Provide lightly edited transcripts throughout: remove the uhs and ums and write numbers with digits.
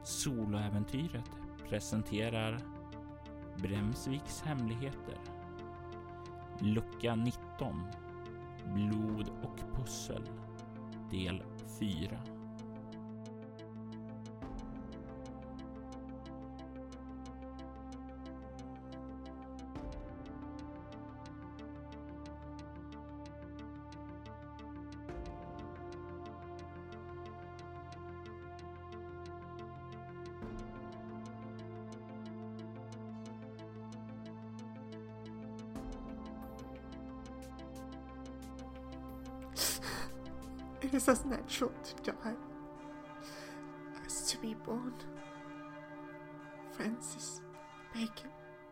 Soloäventyret presenterar Bremsviks hemligheter. Lucka 19. Blod och pussel. Del 4. It is as natural to die as to be born. Francis Bacon.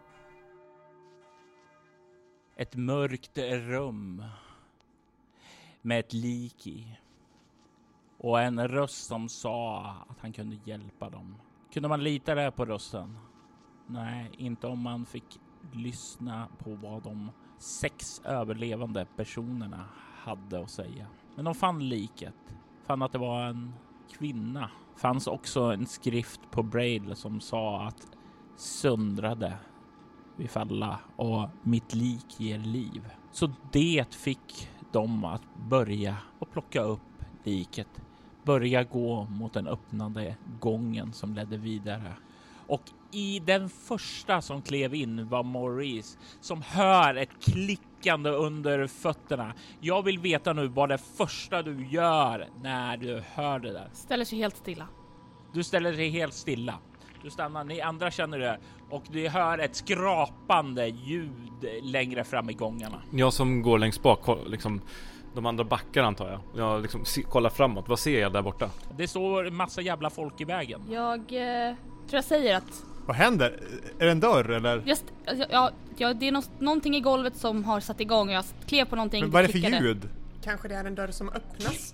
Ett mörkt rum med ett lik i. Och en röst som sa att han kunde hjälpa dem. Kunde man lita där på rösten? Nej, inte om man fick lyssna på vad de 6 överlevande personerna hade att säga. Men de fann liket. Fann att det var en kvinna. Fanns också en skrift på Braille som sa att söndrade vi falla och mitt lik ger liv. Så det fick dem att börja och plocka upp liket. Börja gå mot den öppnande gången som ledde vidare. Och i den första som klev in var Maurice som hör ett klickande under fötterna. Jag vill veta nu vad det första du gör när du hör det där. Ställer sig helt stilla. Du ställer dig helt stilla. Du stannar, ni andra känner det och du hör ett skrapande ljud längre fram i gångarna. Jag som går längst bak, liksom, de andra backar antar jag. Jag liksom kollar framåt. Vad ser jag där borta? Det står en massa jävla folk i vägen. Jag tror jag säger att... Vad händer? Är det en dörr eller? Ja, det är någonting i golvet som har satt igång. Jag klev på någonting. Men vad är det för ljud? Kanske det är en dörr som öppnas.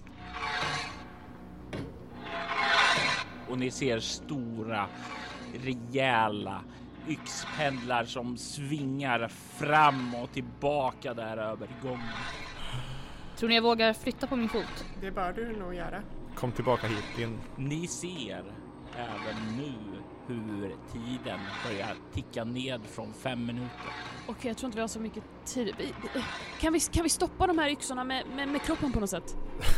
Och ni ser stora, rejäla yxpendlar som svingar fram och tillbaka där över gången. Tror ni jag vågar flytta på min fot? Det bör du nog göra. Kom tillbaka hit in. Ni ser även nu hur tiden börjar ticka ned från 5 minuter. Okej, jag tror inte vi har så mycket tid. Kan vi stoppa de här yxorna med kroppen på något sätt?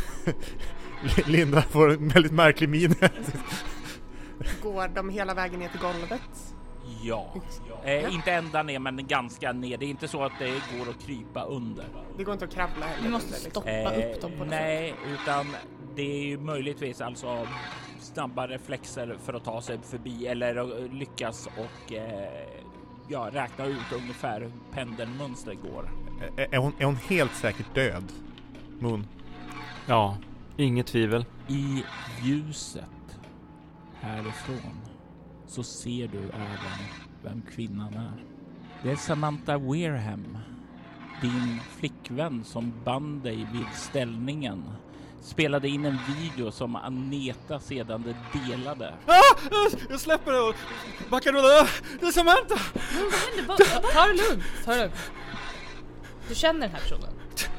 Linda får en väldigt märklig min. Går de hela vägen ner till golvet? Ja. Inte ända ner men ganska ner. Det är inte så att det går att krypa under. Det går inte att krabbla heller. Vi måste stoppa upp dem på något nej, utan det är ju möjligtvis alltså snabba reflexer för att ta sig förbi eller lyckas och räkna ut ungefär hur pendelmönster går. Är hon helt säkert död? Moon? Ja, inget tvivel. I ljuset härifrån så ser du även vem kvinnan är. Det är Samantha Wareham, din flickvän som band dig vid ställningen. Spelade in en video som Aneta sedan delade. Jag släpper det och backar då. Det är Samantha! Ta det lugnt. Du känner den här personen?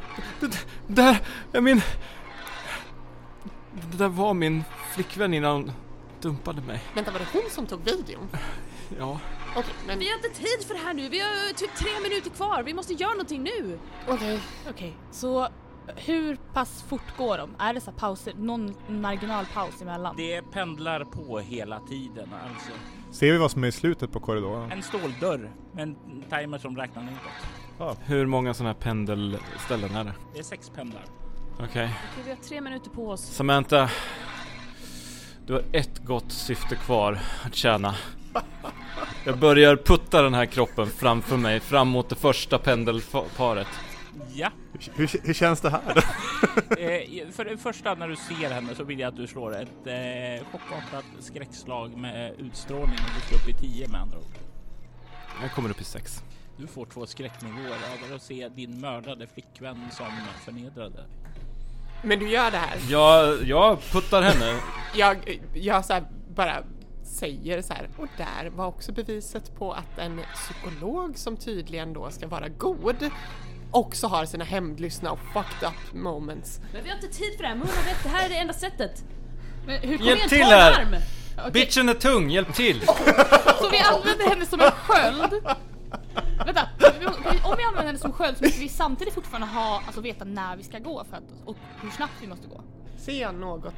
Det där var min flickvän innan hon dumpade mig. Vänta, var det hon som tog videon? Ja. Okej, men... Vi har inte tid för det här nu. Vi har typ 3 minuter kvar. Vi måste göra någonting nu. Okej, så hur pass fort går de? Är det så pauser, någon marginalpaus emellan? Det pendlar på hela tiden alltså. Ser vi vad som är i slutet på korridoren? En ståldörr med en timer som räknar neråt. Hur många sådana här pendelställen är det? Det är 6 pendlar. Okej, vi har 3 minuter på oss. Samantha, du har ett gott syfte kvar att tjäna. Jag börjar putta den här kroppen framför mig fram mot det första pendelparet. Ja. Hur känns det här då? För det första när du ser henne så vill jag att du slår ett chockartat skräckslag med utstrålning och du slår upp i 10 med andra ord. Jag kommer upp i 6. Du får 2 skräcknivåer över att se din mördade flickvän som förnedrade. Men du gör det här? Jag puttar henne. Jag så här bara säger så här. Och där var också beviset på att en psykolog som tydligen då ska vara god också har sina hämndlystna och fucked up moments. Men vi har inte tid för det här. Mona vet, det här är det enda sättet. Men hur Hjälp till här! Okej, Bitchen är tung, hjälp till! så vi använder henne som en sköld. Vänta, om vi använder henne som sköld så måste vi samtidigt fortfarande veta när vi ska gå och hur snabbt vi måste gå. Ser jag något,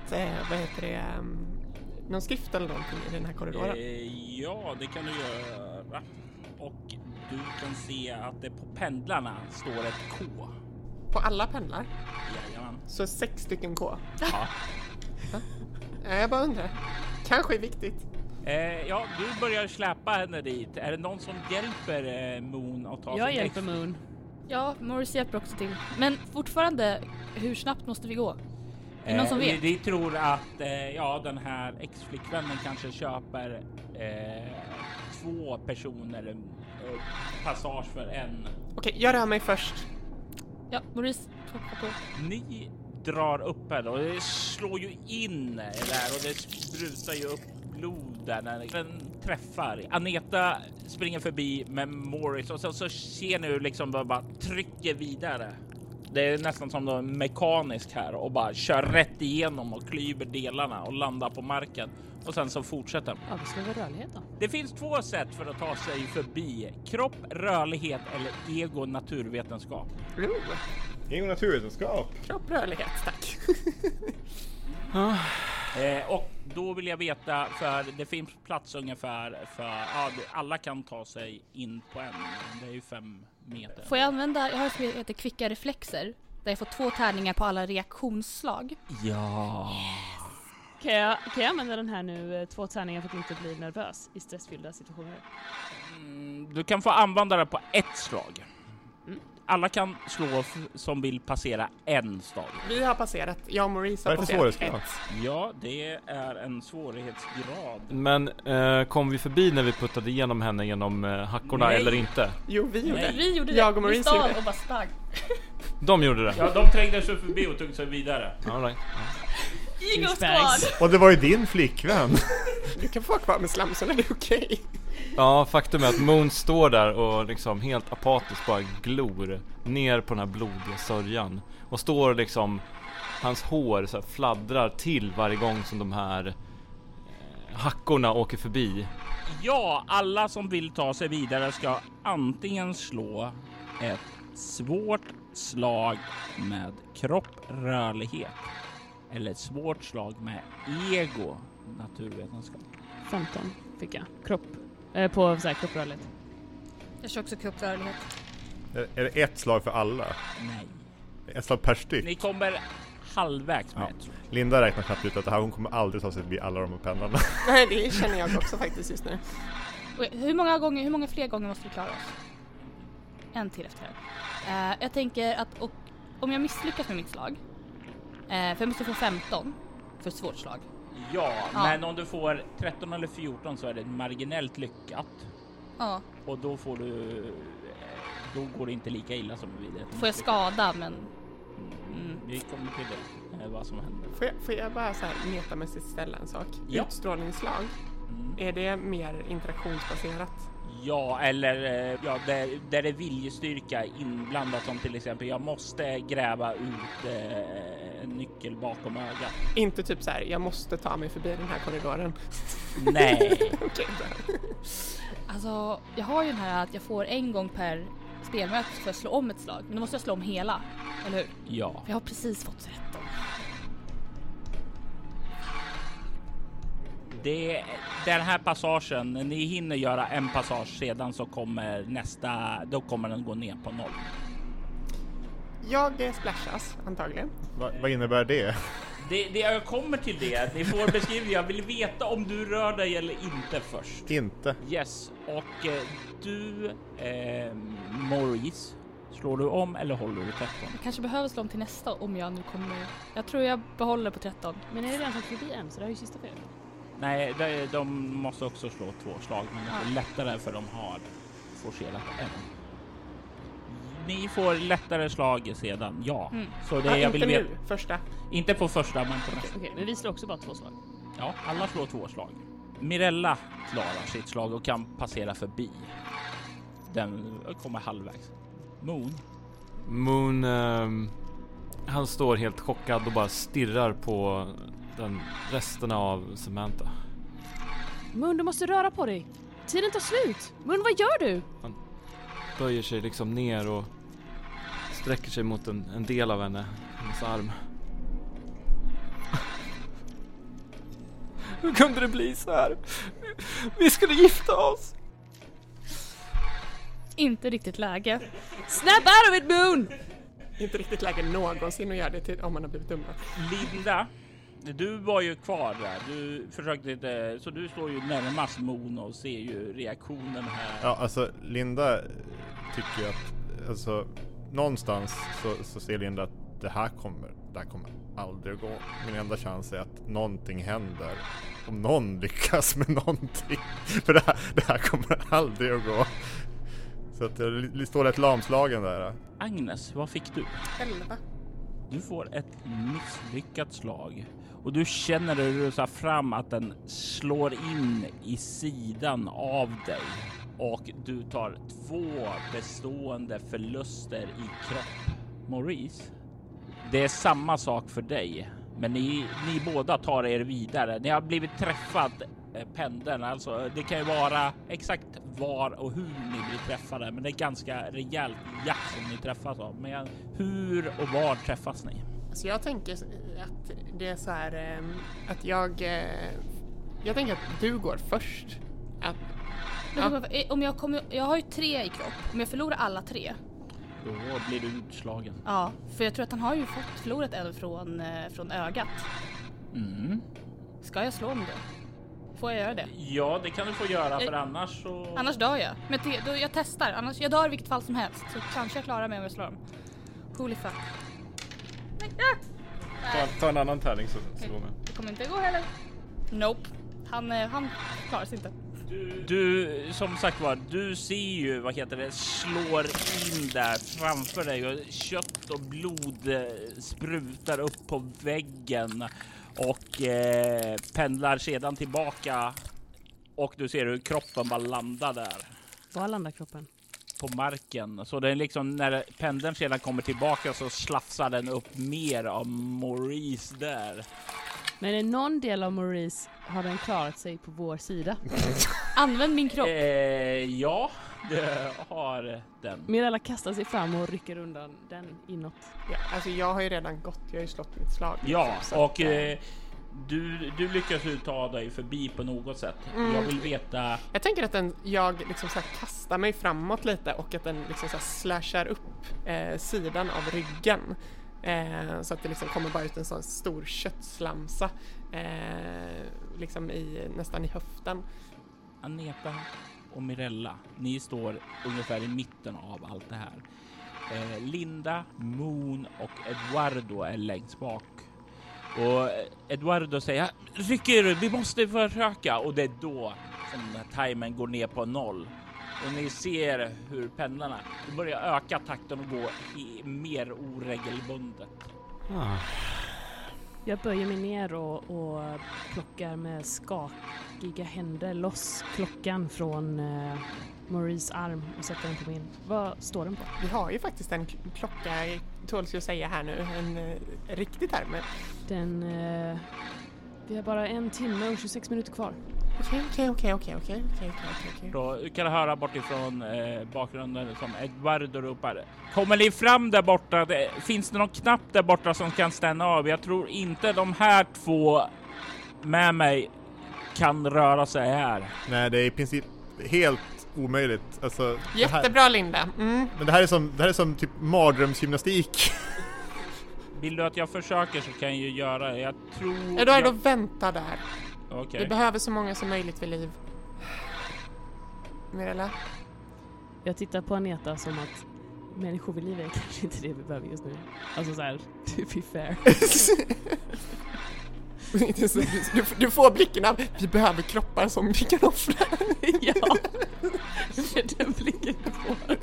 någon skrift eller någonting i den här korridoren? Ja, det kan du göra. Och du kan se att det på pendlarna står ett K. På alla pendlar? Jajamän. Så 6 stycken K. Ja. Jag bara undrar. Kanske är viktigt. Ja, du börjar släpa henne dit. Är det någon som hjälper Moon att ta sig? Jag hjälper Moon. Ja, Morris hjälper också till. Men fortfarande, hur snabbt måste vi gå? Är det någon som vet? Vi tror att den här ex-flickvännen kanske köper 2 personer passage för en. Okej, jag rör mig först. Ja, Morris hoppar på. Ni drar upp henne och det slår ju in där och det sprutar ju upp blod där när den träffar. Aneta springer förbi med Morris och så ser ni hur liksom bara trycker vidare. Det är nästan som de är mekanisk här och bara kör rätt igenom och klyver delarna och landar på marken. Och sen så fortsätter. Ja, vi ska väl rörlighet då? Det finns 2 sätt för att ta sig förbi. Kropp, rörlighet eller ego, naturvetenskap. Ego naturvetenskap. Kropp, rörlighet, tack. Och då vill jag veta, för det finns plats ungefär för alla kan ta sig in på en. Det är ju 5 meter. Får jag använda, jag har ett som heter kvicka reflexer. Där jag får 2 tärningar på alla reaktionsslag. Ja. Kan jag använda den här nu 2 tärningar för att inte bli nervös i stressfyllda situationer? Du kan få använda det på ett slag. Alla kan slå som vill passera en stad. Vi har passerat. Jag och Maurice har Vad är det för passerat svårighetsgrad? 1. Ja, det är en svårighetsgrad. Men kom vi förbi när vi puttade igenom henne genom hackorna Nej. eller inte? Jo, vi gjorde det. Vi gjorde det. Jag och Vi Maurice stal gjorde det. och bara sprang. De gjorde det? Ja, de trängde sig förbi och tog sig vidare. All right. Ego Douchebags. squad. Och det var ju din flickvän. Du kan få vara kvar med slamsorna, det är okej. Ja, faktum är att Moon står där och liksom helt apatiskt bara glor ner på den här blodiga sörjan. Och står liksom, hans hår så här fladdrar till varje gång som de här hackorna åker förbi. Ja, alla som vill ta sig vidare ska antingen slå ett svårt slag med kropp, rörlighet eller ett svårt slag med ego, naturvetenskap. 15 fick jag. På så här kropprörlighet. Jag kör också kupprörlighet. Är det ett slag för alla? Nej. Ett slag per styck? Ni kommer halvvägs med Ja. ett slag. Linda räknar knappt ut att hon kommer aldrig ta sig förbi alla de här pendlarna. Nej, det känner jag också faktiskt just nu. Okej, hur många fler gånger måste vi klara oss? En till efter det. Jag tänker att om jag misslyckas med mitt slag, för jag måste få 15 för ett svårt slag. Ja, Ja. men om du får 13 eller 14 så är det marginellt lyckat. Ja, Och då får du... Då går det inte lika illa som vid ett får jag skada men... Vi kommer till det, vad som händer. Får jag bara så här metamässigt ställa en sak? Ja. Utstrålningsslag, är det mer interaktionsbaserat? Ja, eller där det är viljestyrka inblandat, som till exempel jag måste gräva ut en nyckel bakom ögat. Inte typ så här, jag måste ta mig förbi den här korridoren. Nej. Okej, bra. Alltså, jag har ju den här att jag får en gång per spelmöte för att slå om ett slag. Men då måste jag slå om hela, eller hur? Ja. För jag har precis fått 13. Den här passagen, ni hinner göra en passage, sedan så kommer då kommer den gå ner på 0. Jag splashas antagligen. Vad innebär det? Jag kommer till det. Ni får beskriva. Jag vill veta om du rör dig eller inte först. Inte. Yes. Och du, Maurice, slår du om eller håller du 13? Jag kanske behöver slå om till nästa om jag nu kommer... Jag tror jag behåller på 13. Men är det redan förbi en så det är ju sista fel. Nej, de måste också slå 2 slag, men det är lättare för de har forcerat en. Ni får lättare slag sedan, ja. Så det jag vill inte veta. nu, första. Inte på första, men på nästa. Okej, men vi slår också bara 2 slag. Ja, alla slår 2 slag. Mirella klarar sitt slag och kan passera förbi. Den kommer halvvägs. Moon, han står helt chockad och bara stirrar på resterna av Samantha. Moon, du måste röra på dig. Tiden tar slut. Moon, vad gör du? Han böjer sig liksom ner och sträcker sig mot en del av hennes arm. Hur kunde det bli så här? Vi skulle gifta oss. Inte riktigt läge. Snap out of it, Moon! Inte riktigt läge någonsin att göra det till om man har blivit dummad. Linda, du var ju kvar där. Du försökte inte, så du står ju närmast Moon och ser ju reaktionen här. Ja, alltså Linda tycker att alltså, någonstans så ser Linda att det här kommer aldrig att gå. Min enda chans är att någonting händer. Om någon lyckas med någonting. För det här kommer aldrig att gå. Så att jag står rätt lamslagen där. Agnes, vad fick du? 11. Du får ett misslyckat slag. Och du känner hur du rusar fram att den slår in i sidan av dig. Och du tar 2 bestående förluster i kropp. Maurice, det är samma sak för dig. Men ni båda tar er vidare. Ni har blivit träffat pendeln. Alltså, det kan ju vara exakt var och hur ni blir träffade. Men det är ganska rejält jack som ni träffas av. Men hur och var träffas ni? Så jag tänker att det är så här att jag tänker att du går först. Att, Om jag har ju 3 i kropp. Om jag förlorar alla 3. Då blir du utslagen. Ja, för jag tror att han har ju förlorat en från ögat. Mm. Ska jag slå om då? Får jag göra det? Ja, det kan du få göra för annars så... Annars dör jag. Men då jag testar. Annars, jag dör i vilket fall som helst. Så kanske jag klarar mig om jag slår dem. Holy fuck. Nej, Ta en annan tärning så slå med. det kommer inte gå heller. Nope. Han klarar sig inte. Du, som sagt var, du ser ju, slår in där framför dig och kött och blod sprutar upp på väggen och pendlar sedan tillbaka och du ser hur kroppen bara landar där. Var landar kroppen? På marken. Så det är liksom när pendeln sedan kommer tillbaka så slafsar den upp mer av Maurice där. Men är någon del av Maurice har den klarat sig på vår sida? Använd min kropp. Ja, det har den. Mirella kastar sig fram och rycker undan den inåt. ja, alltså jag har ju redan gått, jag har ju slått mitt slag. Ja, liksom, och du lyckas ju ta dig förbi på något sätt. Jag vill veta... Jag tänker att jag liksom så här kastar mig framåt lite och att den liksom så här slashar upp sidan av ryggen. Så att det liksom kommer bara ut en sån stor köttslamsa liksom nästan i höften. Aneta och Mirella, ni står ungefär i mitten av allt det här. Linda, Moon och Eduardo är längst bak. Och Eduardo säger, rycker, vi måste försöka. Och det är då som timern går ner på 0. Och ni ser hur pendlarna börjar öka takten och gå mer oregelbundet. Jag böjer mig ner och plockar med skakiga händer loss klockan från Maurice arm och sätter den på min. Vad står den på? Vi har ju faktiskt en klocka, tåls ju att säga här nu, en riktig term. Vi har bara 1 timme och 26 minuter kvar. Okej. Då kan jag höra bortifrån bakgrunden som Eduardo ropar. Kommer ni fram där borta? Finns det någon knapp där borta som kan stanna av? Jag tror inte de här 2 med mig kan röra sig här. Nej, det är i princip helt omöjligt. Alltså, Jättebra, Linda. Men det här är som typ mardrömsgymnastik. Vill du att jag försöker så kan jag ju göra det. Jag tror... Eduardo, vänta där. Okej. Vi behöver så många som möjligt vid liv. Mirella? Jag tittar på Aneta som att människor vid liv är kanske inte det vi behöver just nu. Alltså såhär, to be fair. Du får blicken av, vi behöver kroppar som vi kan offra. Ja, det är den blicken jag får.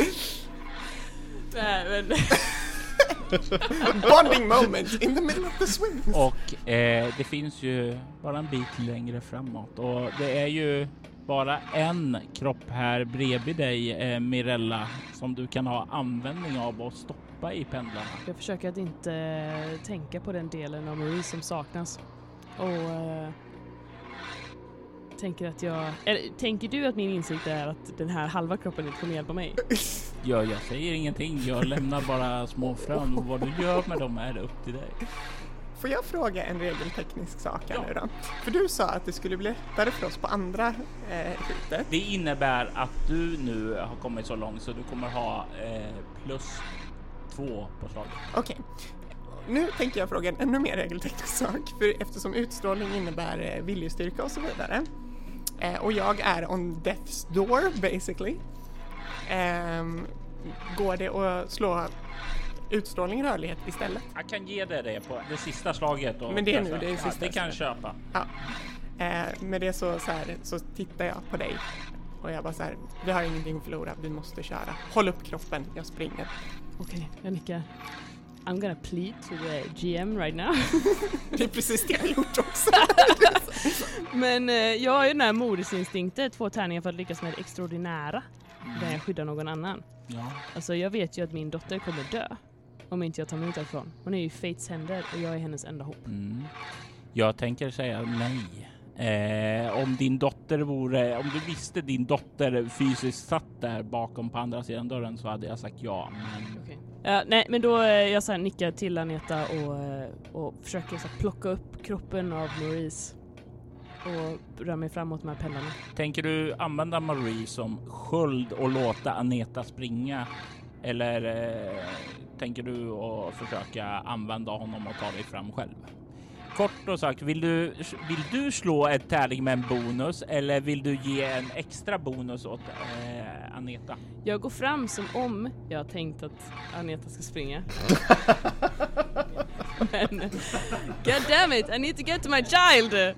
Nej, men... Bonding moment in the middle of the swing. Och det finns ju bara en bit längre framåt. Och det är ju bara en kropp här bredvid dig, Mirella, som du kan ha användning av och stoppa i pendlarna. Jag försöker att inte tänka på den delen av Maurice som saknas. Och tänker att tänker du att min insikt är att den här halva kroppen inte kommer hjälpa mig? Ja, jag säger ingenting. Jag lämnar bara små frön. Och vad du gör med dem är det upp till dig. Får jag fråga en regelteknisk sak här nu då? För du sa att det skulle bli lättare för oss på andra skiter. Det innebär att du nu har kommit så långt så du kommer ha +2 på slaget. Okej. Nu tänker jag fråga en ännu mer regelteknisk sak. För eftersom utstrålning innebär viljestyrka och så vidare. Och jag är on death's door basically. Går det att slå utstrålning rörlighet istället? Jag kan ge dig det på det sista slaget. Och men det är nu, det är ja, sista. det kan jag köpa. Ja. Med det så tittar jag på dig. Och jag bara så här, vi har ingenting att förlora, vi måste köra. Håll upp kroppen, jag springer. Okej, jag nickar. I'm gonna plead to the GM right now. Det är precis det jag har gjort också. Men jag har ju den här modersinstinkten, 2 tärningar för att lyckas med det extraordinära. Där jag skyddar någon annan. Ja. Alltså jag vet ju att min dotter kommer dö. Om inte jag tar mig ut därifrån. Hon är ju Fates händer och jag är hennes enda hopp. Jag tänker säga nej. Om din dotter om du visste din dotter fysiskt satt där bakom på andra sidan dörren så hade jag sagt ja. Men... Okay. Nej, men då jag så här nickar till Aneta och försöker så här plocka upp kroppen av Maurice och rör mig framåt med pellarna. Tänker du använda Maurice som sköld och låta Aneta springa? Eller tänker du att försöka använda honom och ta dig fram själv? Kort och sagt, vill du slå ett tärning med en bonus eller vill du ge en extra bonus åt Aneta? Jag går fram som om jag har tänkt att Aneta ska springa. Men god damn it, I need to get to my child!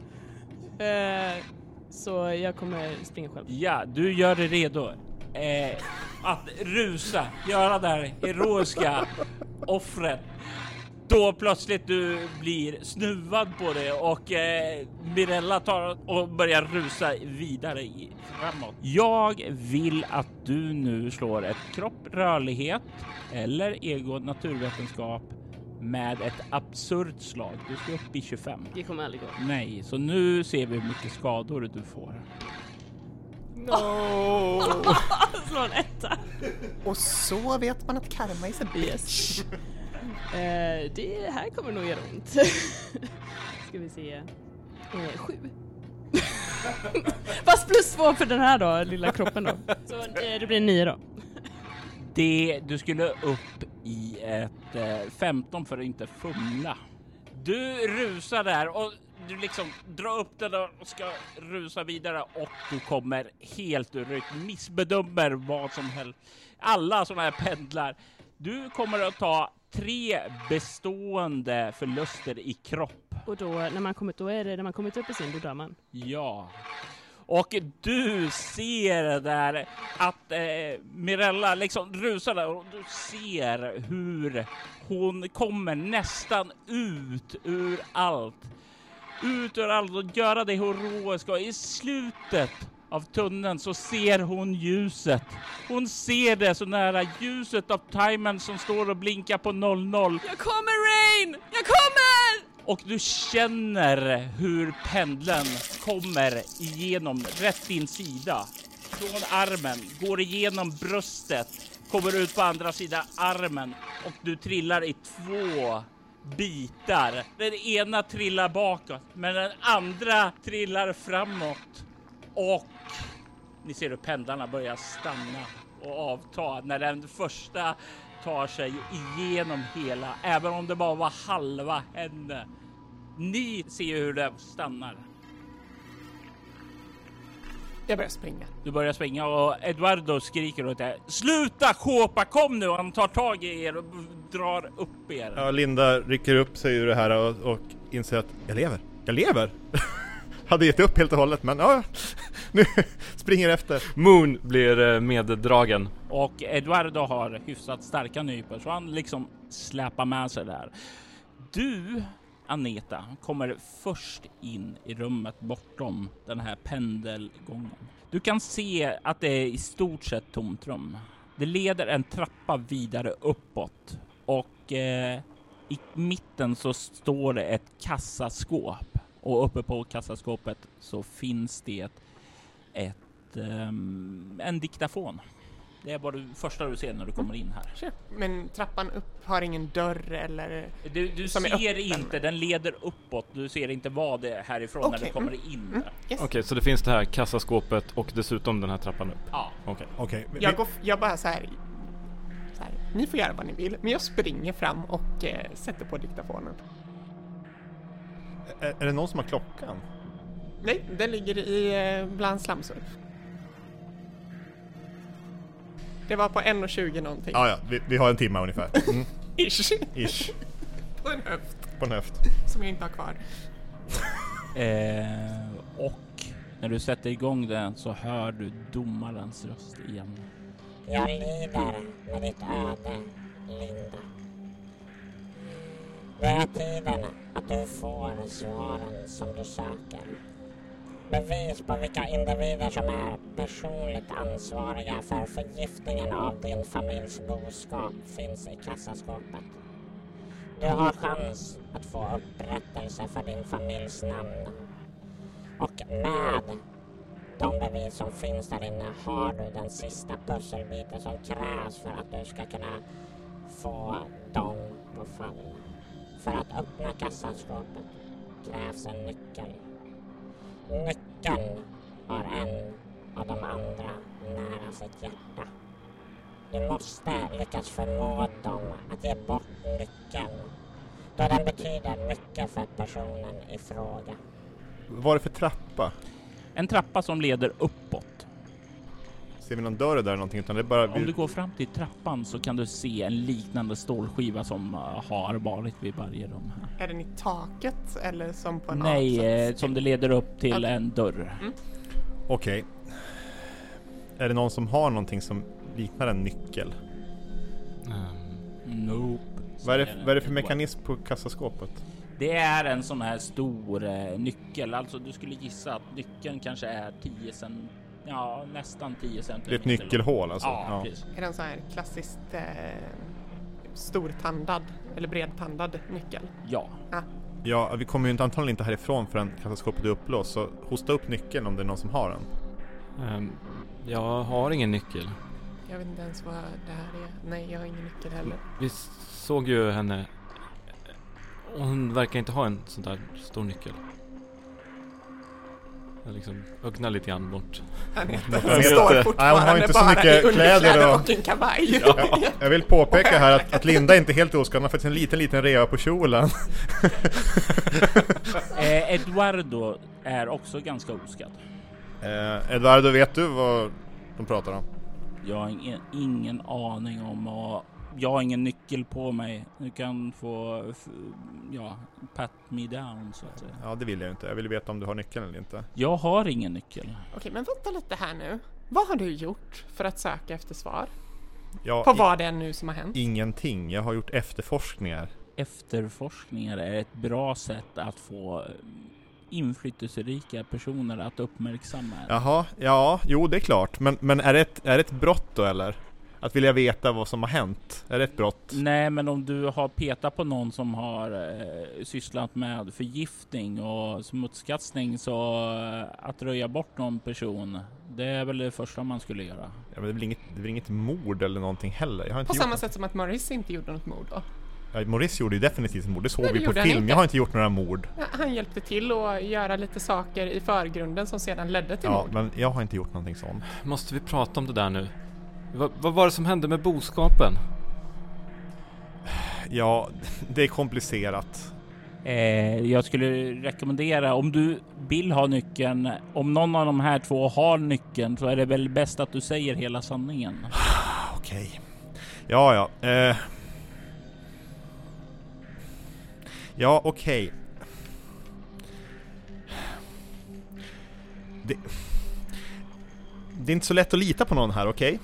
Så jag kommer springa själv. Ja, du gör det redo. Att rusa, göra det här heroiska offret. Då plötsligt du blir snuvad på det och Mirella tar och börjar rusa vidare framåt. Jag vill att du nu slår ett kropp, rörlighet eller ego naturvetenskap med ett absurt slag. Du ska upp i 25. Det kommer aldrig gå. Nej, så nu ser vi hur mycket skador du får. No. Slå en 1. Och så vet man att karma is a bitch. Yes. Det här kommer nog göra ont. Ska vi se. 7. Fast +2 för den här då, lilla kroppen då. Så det blir 9 då. Du skulle upp i ett 15 för att inte fumla. Du rusar där och du liksom drar upp den och ska rusa vidare och du kommer helt ur rytm. Missbedömer vad som helst. Alla sådana här pendlar. Du kommer att ta 3 bestående förluster i kropp. Och då när man kommit upp i sin, då dör man. Ja. Och du ser där att Mirella liksom rusar där och du ser hur hon kommer nästan ut ur allt. Ut ur allt och göra det heroiska. Och i slutet av tunneln så ser hon ljuset. Hon ser det så nära, ljuset av timern som står och blinkar på 00. Jag kommer, Rain! Jag kommer! Och du känner hur pendeln kommer igenom rätt din sida. Från armen, går igenom bröstet, kommer ut på andra sidan armen och du trillar i 2 bitar. Den ena trillar bakåt, men den andra trillar framåt. Och ni ser hur pendlarna börjar stanna och avta när den första tar sig igenom hela, även om det bara var halva henne. Ni ser hur det stannar. Jag börjar springa. Du börjar springa och Eduardo skriker åt dig. Sluta skåpa, kom nu! Och han tar tag i er och drar upp er. Ja, Linda rycker upp sig ur det här och inser att jag lever. Hade gett upp helt och hållet, men ja, nu springer efter. Moon blir meddragen. Och Eduardo har hyfsat starka nypor så han liksom släpar med sig där. Du, Aneta, kommer först in i rummet bortom den här pendelgången. Du kan se att det är i stort sett tomt rum. Det leder en trappa vidare uppåt och i mitten så står det ett kassaskåp. Och uppe på kassaskåpet så finns det en diktafon. Det är bara det första du ser när du kommer in här. Sure. Men trappan upp har ingen dörr eller... Du ser inte, den leder uppåt. Du ser inte vad det är härifrån när du kommer in där. Yes. Okej, så det finns det här kassaskåpet och dessutom den här trappan upp? Ja. Okej. Jag bara så här, ni får göra vad ni vill, men jag springer fram och sätter på diktafonen. Är det någon som har klockan? Nej, den ligger i bland slamsor. Det var på 1:20 någonting. Ja, vi har en timme ungefär. Ish. På en höft. Som jag inte har kvar. Och när du sätter igång den så hör du domarens röst igen. Jag lider med ditt öde, Linda. Det är tiden att du får svaren som du söker. Bevis på vilka individer som är personligt ansvariga för förgiftningen av din familjs boskap finns i kassaskåpet. Du har chans att få upprättelse för din familjs namn. Och med de bevis som finns där inne har du den sista pusselbiten som krävs för att du ska kunna få dem på fall. För att öppna kassaskåpet krävs en nyckel. Nyckeln har en av de andra nära sitt hjärta. Du måste lyckas förmå dem att ge bort nyckeln, då den betyder mycket för personen i fråga. Vad är det för trappa? En trappa som leder uppåt. Ser vi någon dörr där eller någonting? Utan det är bara Om du går fram till trappan så kan du se en liknande stålskiva som har varit vid varje rum här. Är den i taket eller som på en Nej, avsats? som det leder upp till en dörr. Okej. Är det någon som har någonting som liknar en nyckel? Nope. Vad är det för mekanism på kassaskåpet? Det är en sån här stor nyckel. Alltså du skulle gissa att nyckeln kanske är 10 cm. Ja, nästan 10 cm. Det är ett nyckelhål alltså? Ja, precis. Är det en sån här klassiskt stortandad eller bredtandad nyckel? Ja. Ja, vi kommer ju antagligen inte härifrån förrän kassaskåpet är upplåst. Så hosta upp nyckeln om det är någon som har den. Jag har ingen nyckel. Jag vet inte ens vad det här är. Nej, jag har ingen nyckel heller. Vi såg ju henne. Hon verkar inte ha en sån där stor nyckel. Jag liksom ögnar lite grann bort. Han Nej, står fortfarande hon har inte så bara mycket i underkläder kläder och en kavaj. Jag vill påpeka här att Linda inte är helt oskadd. Hon har faktiskt en liten reva på kjolen. Eduardo är också ganska oskadd. Eduardo, vet du vad de pratar om? Jag har ingen aning om, och jag har ingen nyckel på mig. Du kan få pat me down så att säga. Ja, det vill jag inte. Jag vill veta om du har nyckeln eller inte. Jag har ingen nyckel. Okej, men vänta lite här nu. Vad har du gjort för att söka efter svar? Ja, På vad det är nu som har hänt? Ingenting. Jag har gjort efterforskningar. Efterforskningar är ett bra sätt att få inflytelserika personer att uppmärksamma en. Jaha, ja, jo det är klart. Men är det ett brott då eller? Att vilja veta vad som har hänt? Är det ett brott? Nej, men om du har petat på någon som har sysslat med förgiftning och smutskastning, så att röja bort någon person, det är väl det första man skulle göra. Ja, men det är väl inget mord eller någonting heller. Jag har inte På gjort samma något. sätt som att Maurice inte gjorde något mord då? Ja, Maurice gjorde ju definitivt ett mord. Det såg Nej, det vi på gjorde han film. inte. Jag har inte gjort några mord. Ja, han hjälpte till att göra lite saker i förgrunden som sedan ledde till Ja, mord. men jag har inte gjort någonting sånt. Måste vi prata om det där nu? Vad var det som hände med boskapen? Ja, det är komplicerat. Jag skulle rekommendera, om du vill ha nyckeln, om någon av de här två har nyckeln, så är det väl bäst att du säger hela sanningen. Okej. Ja. Ja, okej. Det är inte så lätt att lita på någon här, okej?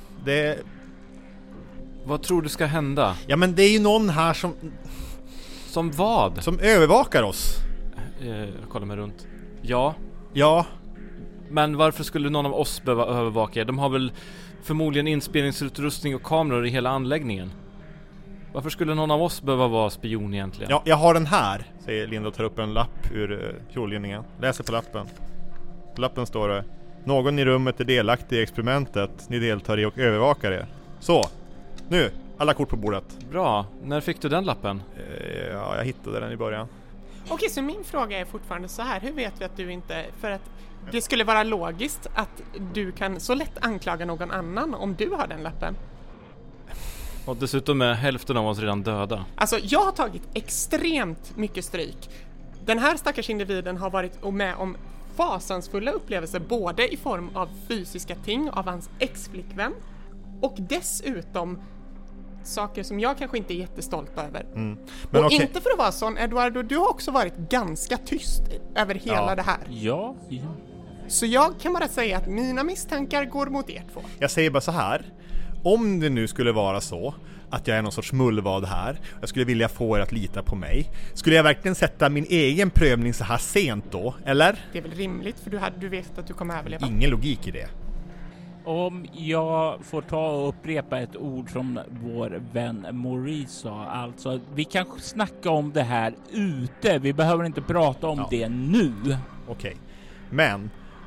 Vad tror du ska hända? Ja, men det är ju någon här Som vad? som övervakar oss. Jag kollar mig runt. Ja, Ja, men varför skulle någon av oss behöva övervaka er? De har väl förmodligen inspelningsutrustning och kameror i hela anläggningen. Varför skulle någon av oss behöva vara spion egentligen? Ja, jag har den här, säger Linda och tar upp en lapp ur kjollinningen. Läser på lappen. På lappen står det: någon i rummet är delaktig i experimentet ni deltar i och övervakar er. Så, nu, alla kort på bordet. Bra, när fick du den lappen? Ja, jag hittade den i början. Okej, så min fråga är fortfarande så här. Hur vet vi att du inte... För att det skulle vara logiskt att du kan så lätt anklaga någon annan om du har den lappen. Och dessutom är hälften av oss redan döda. Alltså, jag har tagit extremt mycket stryk. Den här stackars individen har varit med om fasansfulla upplevelser både i form av fysiska ting av hans ex-flickvän och dessutom saker som jag kanske inte är jättestolt över. Men och okej. inte för att vara sån, Eduardo, du har också varit ganska tyst över hela det här. Ja. Så jag kan bara säga att mina misstankar går mot er två. Jag säger bara så här. Om det nu skulle vara så att jag är någon sorts mullvad här, jag skulle vilja få er att lita på mig. Skulle jag verkligen sätta min egen prövning så här sent då, eller? Det är väl rimligt, för du vet att du kommer överleva. Ingen logik i det. Om jag får ta och upprepa ett ord som vår vän Maurice sa, alltså vi kan snacka om det här ute, vi behöver inte prata om det nu. Okej. Men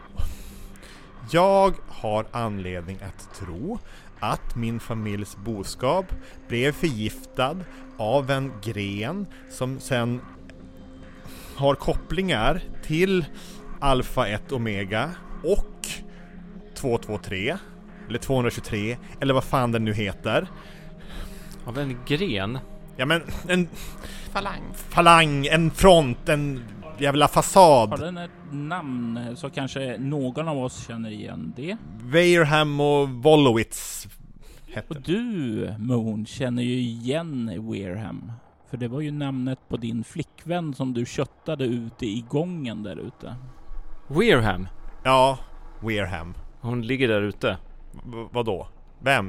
jag har anledning att tro att min familjs boskap blev förgiftad av en gren som sen har kopplingar till Alpha 1 Omega och 223 eller 223 eller vad fan den nu heter. Av en gren? Ja, men en Falang, en front, en jävla fasad. Har den ett namn så kanske någon av oss känner igen det. Weirham och Wolowitz hette. Och du, Moon, känner ju igen Weirham. För det var ju namnet på din flickvän som du köttade ute i gången där ute. Weirham? Ja, Weirham. Hon ligger där ute. Vadå? Vem?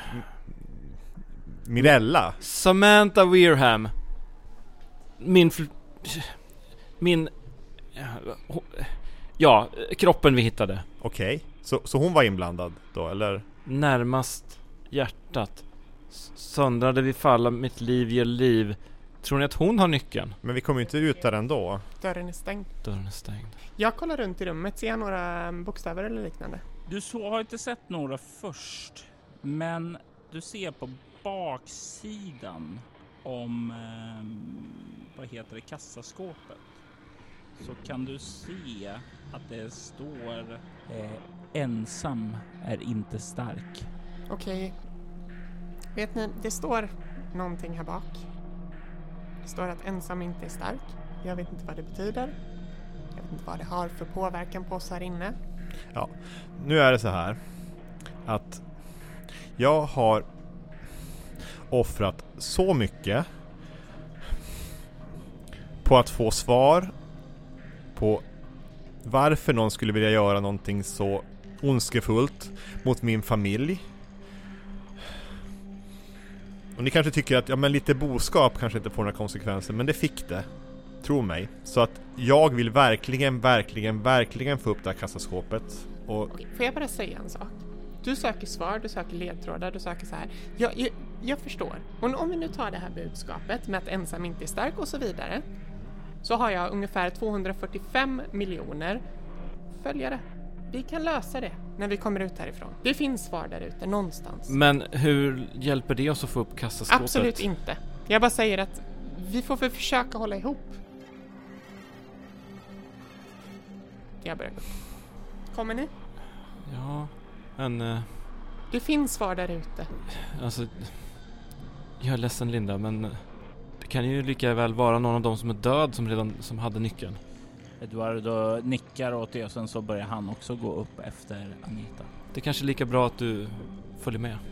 Mirella? Samantha Weirham. Ja, kroppen vi hittade. Okej. Så hon var inblandad då, eller? Närmast hjärtat. Söndrade vi falla, mitt liv ger liv. Tror ni att hon har nyckeln? Men vi kommer ju inte ut där ändå. dörren är stängd. Dörren är stängd. Jag kollar runt i rummet, ser jag några bokstäver eller liknande? Du har inte sett några först, men du ser på baksidan om kassaskåpet, så kan du se att det står ensam är inte stark. Okej. Vet ni, det står någonting här bak. Det står att ensam inte är stark. Jag vet inte vad det betyder. Jag vet inte vad det har för påverkan på oss här inne. Ja, nu är det så här att jag har offrat så mycket på att få svar på varför någon skulle vilja göra någonting så ondskefullt mot min familj. Och ni kanske tycker att men lite boskap kanske inte får några konsekvenser, men det fick det. Tro mig. Så att jag vill verkligen få upp det här kassaskåpet. Och Okej, får jag bara säga en sak? Du söker svar, du söker ledtrådar, du söker så här. Jag förstår. Och om vi nu tar det här budskapet med att ensam inte är stark och så vidare, så har jag ungefär 245 miljoner följare. Vi kan lösa det när vi kommer ut härifrån. Det finns svar där ute någonstans. Men hur hjälper det oss att få upp kassaskåpet? Absolut inte. Jag bara säger att vi får försöka hålla ihop. Jag börjar gå. Kommer ni? Ja, men Det finns svar där ute. alltså, jag är ledsen Linda, men det kan ju lika väl vara någon av dem som är död som hade nyckeln. Eduardo nickar åt det och sen så börjar han också gå upp efter Anita. Det är kanske lika bra att du följer med.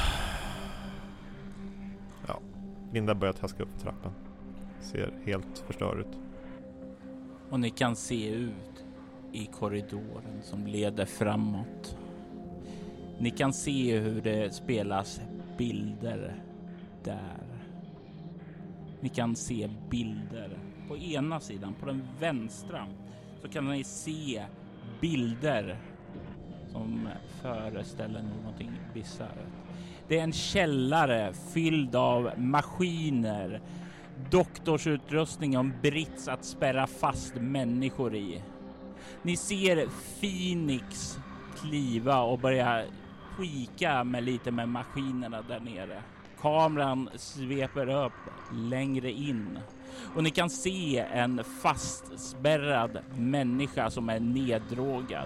ja, Linda börjar taska upp för trappan. Ser helt förstörd ut. Och ni kan se ut i korridoren som leder framåt. Ni kan se hur det spelas bilder där. Ni kan se bilder på ena sidan, på den vänstra, så kan ni se bilder som föreställer någonting bisarrt. Det är en källare fylld av maskiner, doktorsutrustning och en brits att spärra fast människor i. Ni ser Phoenix kliva och börja skika med maskinerna där nere. Kameran sveper upp längre in och ni kan se en fastspärrad människa som är neddrogad.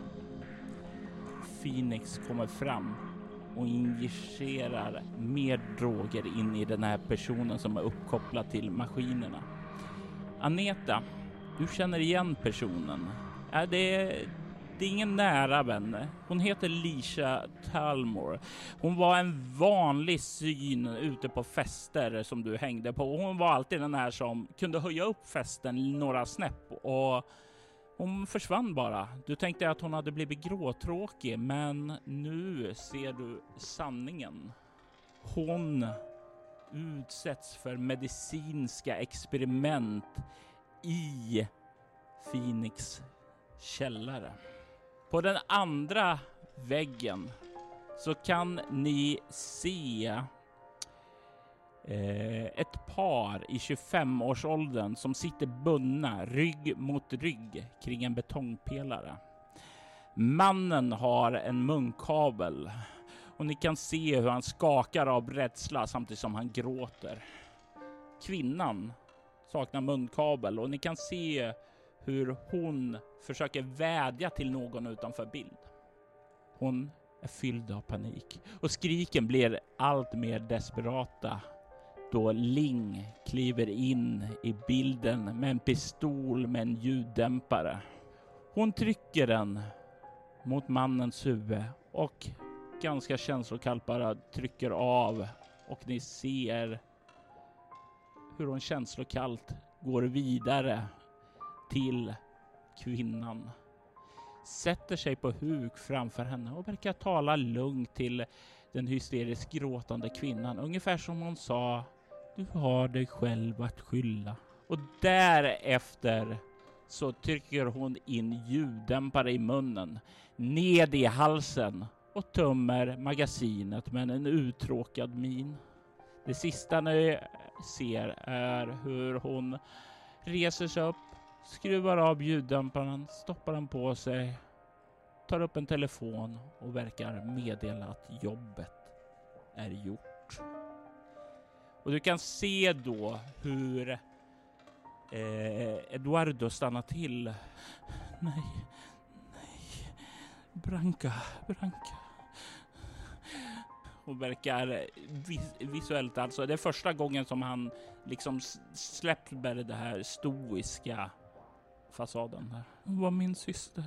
Phoenix kommer fram och injicerar mer droger in i den här personen som är uppkopplad till maskinerna. Aneta, du känner igen personen. Det är ingen nära vän. Hon heter Lisha Talmor. Hon var en vanlig syn ute på fester som du hängde på. Hon var alltid den här som kunde höja upp festen några snäpp och hon försvann bara. Du tänkte att hon hade blivit gråtråkig, men nu ser du sanningen. Hon utsätts för medicinska experiment i Phoenix källare. På den andra väggen så kan ni se ett par i 25-årsåldern som sitter bundna rygg mot rygg kring en betongpelare. Mannen har en munkabel och ni kan se hur han skakar av rädsla samtidigt som han gråter. Kvinnan saknar munkabel och ni kan se hur hon försöker vädja till någon utanför bild. Hon är fylld av panik och skriken blir allt mer desperata då Ling kliver in i bilden med en pistol med en ljuddämpare. Hon trycker den mot mannens huvud och ganska känslokallt bara trycker av och ni ser hur hon känslokallt går vidare till kvinnan. Sätter sig på huk framför henne och verkar tala lugnt till den hysteriskt gråtande kvinnan. Ungefär som hon sa, du har dig själv att skylla. Och därefter så trycker hon in ljuddämpare i munnen, ned i halsen och tömmer magasinet med en uttråkad min. Det sista ni ser är hur hon reser sig upp, skruvar av ljuddämparen, stoppar den på sig, tar upp en telefon och verkar meddela att jobbet är gjort. Och du kan se då hur Eduardo stannar till. Nej. Branca. Och verkar visuellt, alltså det är första gången som han liksom släpper det här stoiska fasaden där. Hon var min syster.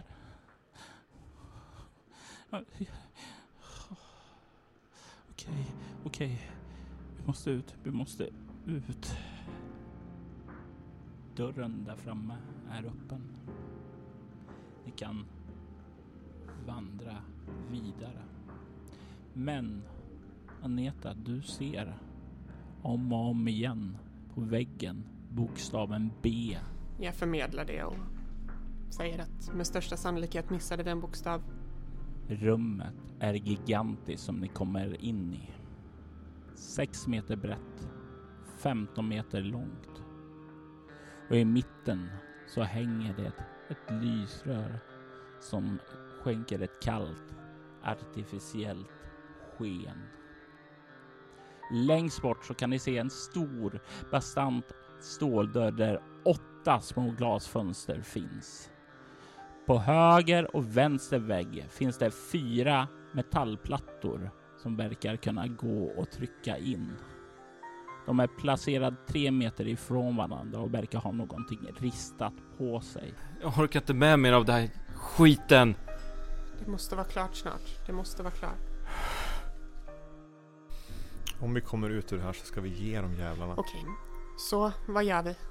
Okej. Vi måste ut. Dörren där framme är öppen. Ni kan vandra vidare. Men Aneta, du ser om och om igen på väggen bokstaven B. Jag förmedlar det och säger att med största sannolikhet missade vi en bokstav. Rummet är gigantiskt som ni kommer in i. 6 meter brett, 15 meter långt. Och i mitten så hänger det ett lysrör som skänker ett kallt, artificiellt sken. Längst bort så kan ni se en stor, bastant ståldörr där 8 små glasfönster finns. På höger och vänster vägg finns det 4 metallplattor som verkar kunna gå och trycka in. De är placerade 3 meter ifrån varandra och verkar ha någonting ristat på sig. Jag orkar inte med mer av det här skiten. Det måste vara klart snart. Det måste vara klart. Om vi kommer ut ur det här så ska vi ge de jävlarna. Okej, så vad gör vi?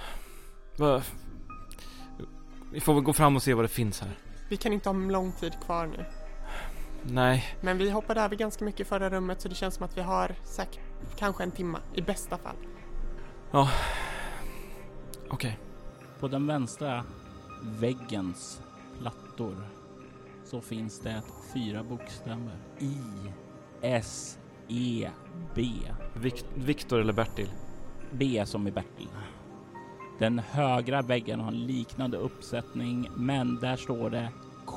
Vi får väl gå fram och se vad det finns här. Vi kan inte ha lång tid kvar nu. Nej. Men vi hoppade över ganska mycket i förra rummet så det känns som att vi har säkert kanske en timme i bästa fall. Ja. Okej. På den vänstra väggens plattor så finns det 4 bokstäver. I, S, EB. Viktor eller Bertil? B som i Bertil. Den högra väggen har en liknande uppsättning, men där står det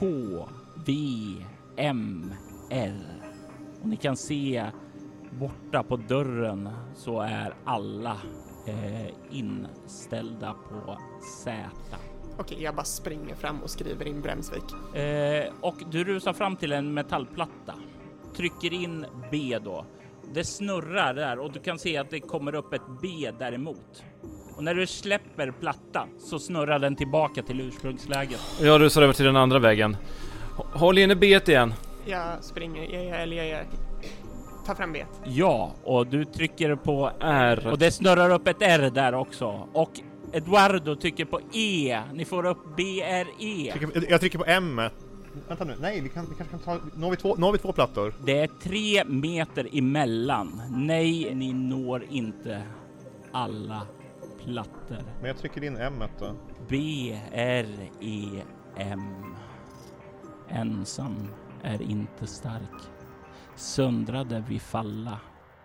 KVMR. Och ni kan se borta på dörren så är alla inställda på Z. Okej, jag bara springer fram och skriver in Bremsvik. Och du rusar fram till en metallplatta. Trycker in B då. Det snurrar där och du kan se att det kommer upp ett B däremot. Och när du släpper plattan så snurrar den tillbaka till ursprungsläget. Jag rusar över till den andra väggen. Håll inne B igen. Jag springer, jag tar fram B. Ja, och du trycker på R. Och det snurrar upp ett R där också. Och Eduardo trycker på E. Ni får upp BRE. Jag trycker på M. Vänta nu, nej, vi kanske kan ta... Nu har vi två plattor. Det är 3 meter emellan. Nej, ni når inte alla plattor. Men jag trycker in M då. BREM. Ensam är inte stark. Söndrade vi falla.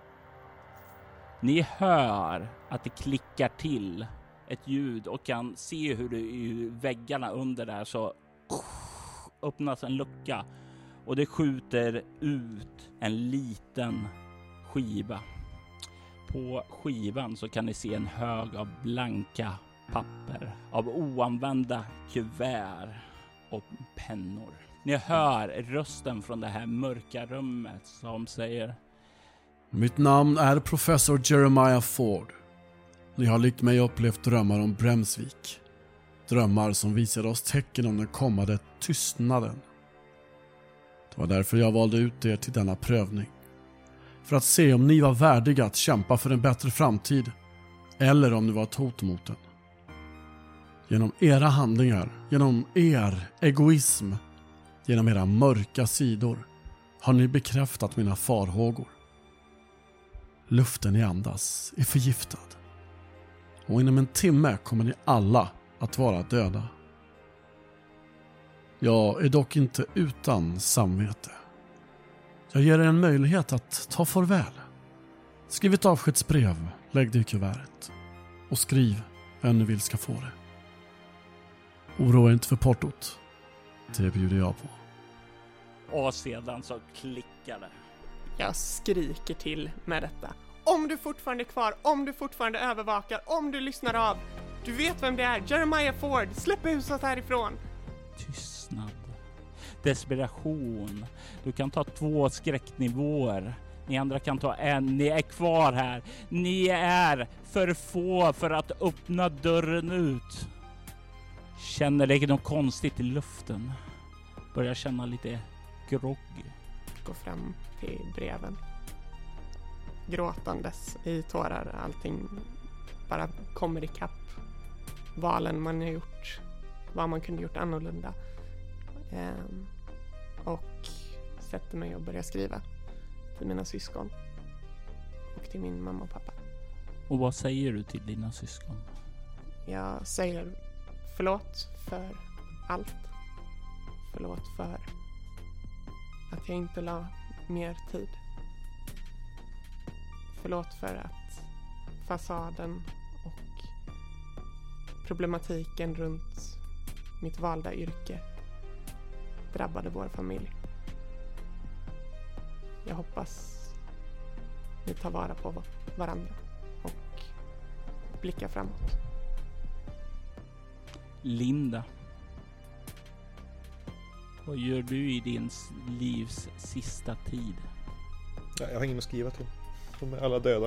Ni hör att det klickar till ett ljud och kan se hur det i väggarna under där så öppnas en lucka och det skjuter ut en liten skiva. På skivan så kan ni se en hög av blanka papper, av oanvända kuvert och pennor. Ni hör rösten från det här mörka rummet som säger: Mitt namn är professor Jeremiah Ford. Ni har likt mig upplevt drömmar om Bremsvik. Drömmar som visade oss tecken om den kommande tystnaden. Det var därför jag valde ut er till denna prövning. För att se om ni var värdiga att kämpa för en bättre framtid eller om ni var ett hot mot den. Genom era handlingar, genom er egoism, genom era mörka sidor har ni bekräftat mina farhågor. Luften ni andas är förgiftad. Och inom en timme kommer ni alla att vara döda. Jag är dock inte utan samvete. Jag ger er en möjlighet att ta farväl. Skriv ett avskedsbrev, lägg det i kuvertet. Och skriv vem ni vill ska få det. Oroa er inte för portot. Det bjuder jag på. och sedan så klickar det. Jag skriker till med detta. Om du fortfarande är kvar, om du fortfarande övervakar, om du lyssnar av. Du vet vem det är, Jeremiah Ford. Släpp huset härifrån. Tystnad. Desperation. Du kan ta 2 skräcknivåer. Ni andra kan ta 1. Ni är kvar här. Ni är för få för att öppna dörren ut. Känner det något konstigt i luften. Börjar känna lite grogg. Gå fram till breven. Gråtandes i tårar. Allting bara kommer ikapp. Valen man har gjort. Vad man kunde gjort annorlunda. Och sätter mig och börjar skriva. Till mina syskon. Och till min mamma och pappa. Och vad säger du till dina syskon? Jag säger förlåt för allt. Förlåt för att jag inte la mer tid. Förlåt för att fasaden och problematiken runt mitt valda yrke drabbade vår familj. Jag hoppas ni tar vara på varandra och blickar framåt. Linda. Vad gör du i din livs sista tid? Jag har ingen att skriva till. De är alla döda.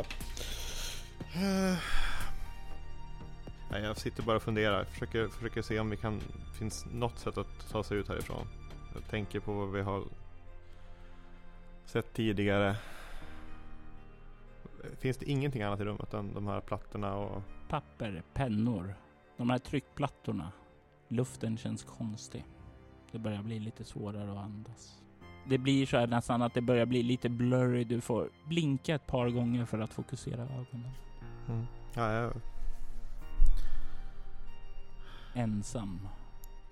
Nej, jag sitter bara och funderar. Försöker se om finns något sätt att ta sig ut härifrån. Jag tänker på vad vi har sett tidigare. Finns det ingenting annat i rummet än de här plattorna och... Papper, pennor, de här tryckplattorna. Luften känns konstig. Det börjar bli lite svårare att andas. Det blir så här nästan att det börjar bli lite blurry. Du får blinka ett par gånger för att fokusera ögonen. Ja. Ensam.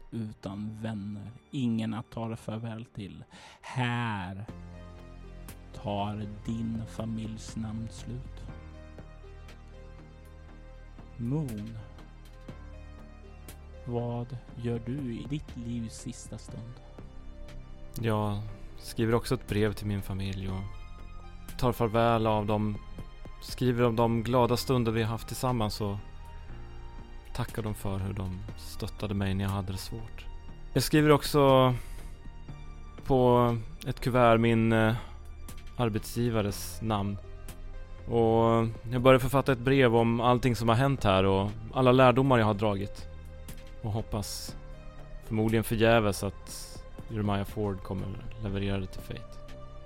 Utan vänner. Ingen att ta farväl till. Här. tar din familjs namn slut. Moon, vad gör du i ditt livs sista stund? Jag skriver också ett brev till min familj och tar farväl av dem. Skriver om de glada stunder vi har haft tillsammans och tackar dem för hur de stöttade mig när jag hade det svårt. Jag skriver också på ett kuvert min arbetsgivares namn. Och jag börjar författa ett brev om allting som har hänt här och alla lärdomar jag har dragit. Och hoppas, förmodligen förgäves, att Jeremiah Ford kommer leverera det till Fate.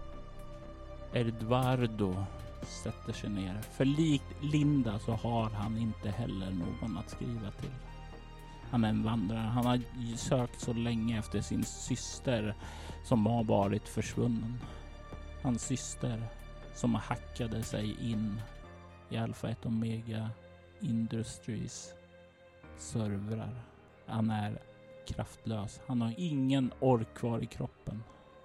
Eduardo sätter sig ner. För likt Linda så har han inte heller någon att skriva till. Han är en vandrare. Han har sökt så länge efter sin syster som har varit försvunnen. Hans syster som hackade sig in i Alpha 1 Omega Industries servrar. Han är kraftlös. Han har ingen ork kvar i kroppen.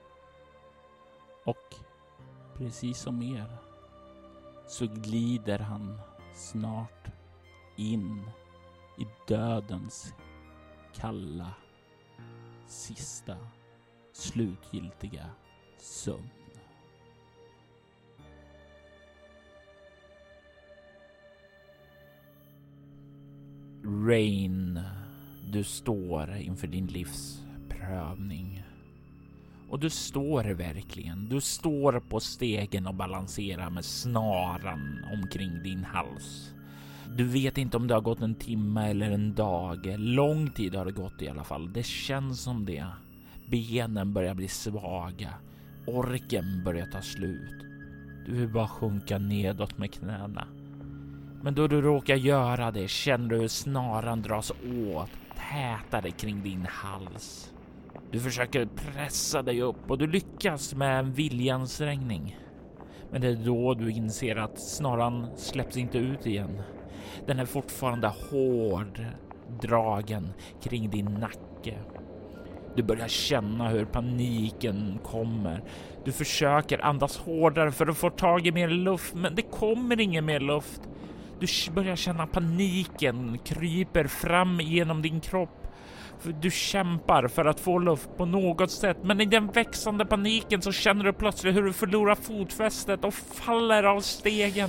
Och precis som er så glider han snart in i dödens kalla, sista, slutgiltiga sömn. Rain, du står inför din livsprövning. Och du står verkligen. Du står på stegen och balanserar med snaran omkring din hals. Du vet inte om det har gått en timme eller en dag. Lång tid har det gått i alla fall. Det känns som det. Benen börjar bli svaga. Orken börjar ta slut. Du vill bara sjunka nedåt med knäna. Men då du råkar göra det känner du hur snaran dras åt tätare kring din hals. Du försöker pressa dig upp och du lyckas med en viljansträngning. Men det är då du inser att snaran släpps inte ut igen. Den är fortfarande hård dragen kring din nacke. Du börjar känna hur paniken kommer. Du försöker andas hårdare för att få tag i mer luft, men det kommer ingen mer luft. Du börjar känna paniken kryper fram genom din kropp. Du kämpar för att få luft på något sätt, men i den växande paniken så känner du plötsligt hur du förlorar fotfästet och faller av stegen.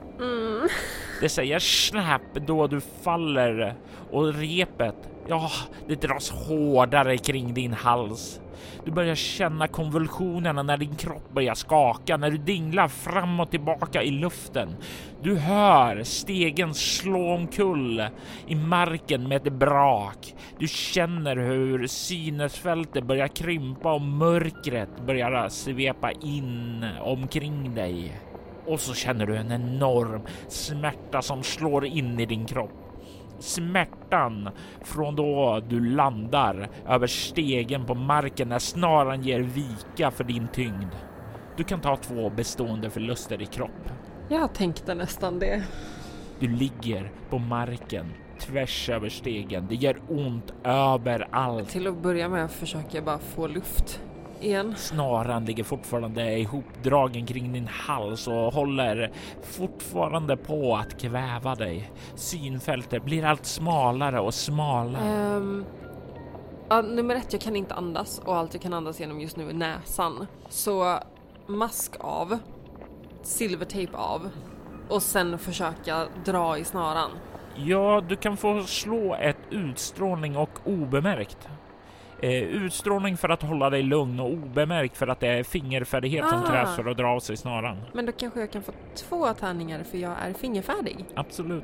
Det säger snap då du faller och repet, det dras hårdare kring din hals. Du börjar känna konvulsionerna när din kropp börjar skaka, när du dinglar fram och tillbaka i luften. Du hör stegen slå omkull i marken med ett brak. Du känner hur synesfältet börjar krympa och mörkret börjar svepa in omkring dig. Och så känner du en enorm smärta som slår in i din kropp. Smärtan från då du landar över stegen på marken när snaran ger vika för din tyngd. Du kan ta 2 bestående förluster i kropp. Jag tänkte nästan det. Du ligger på marken tvärs över stegen. Det gör ont överallt. Till att börja med försöker jag bara få luft igen. Snaran ligger fortfarande ihopdragen kring din hals och håller fortfarande på att kväva dig. Synfältet blir allt smalare och smalare. Nummer 1, jag kan inte andas och allt jag kan andas genom just nu är näsan. Så mask av, silvertejp av och sen försöka dra i snaran. Ja, du kan få slå ett utstrålning och obemärkt. Utstrålning för att hålla dig lugn och obemärkt för att det är fingerfärdighet som krävs för att dra av sig snaran. Men då kanske jag kan få 2 tärningar för jag är fingerfärdig. Absolut.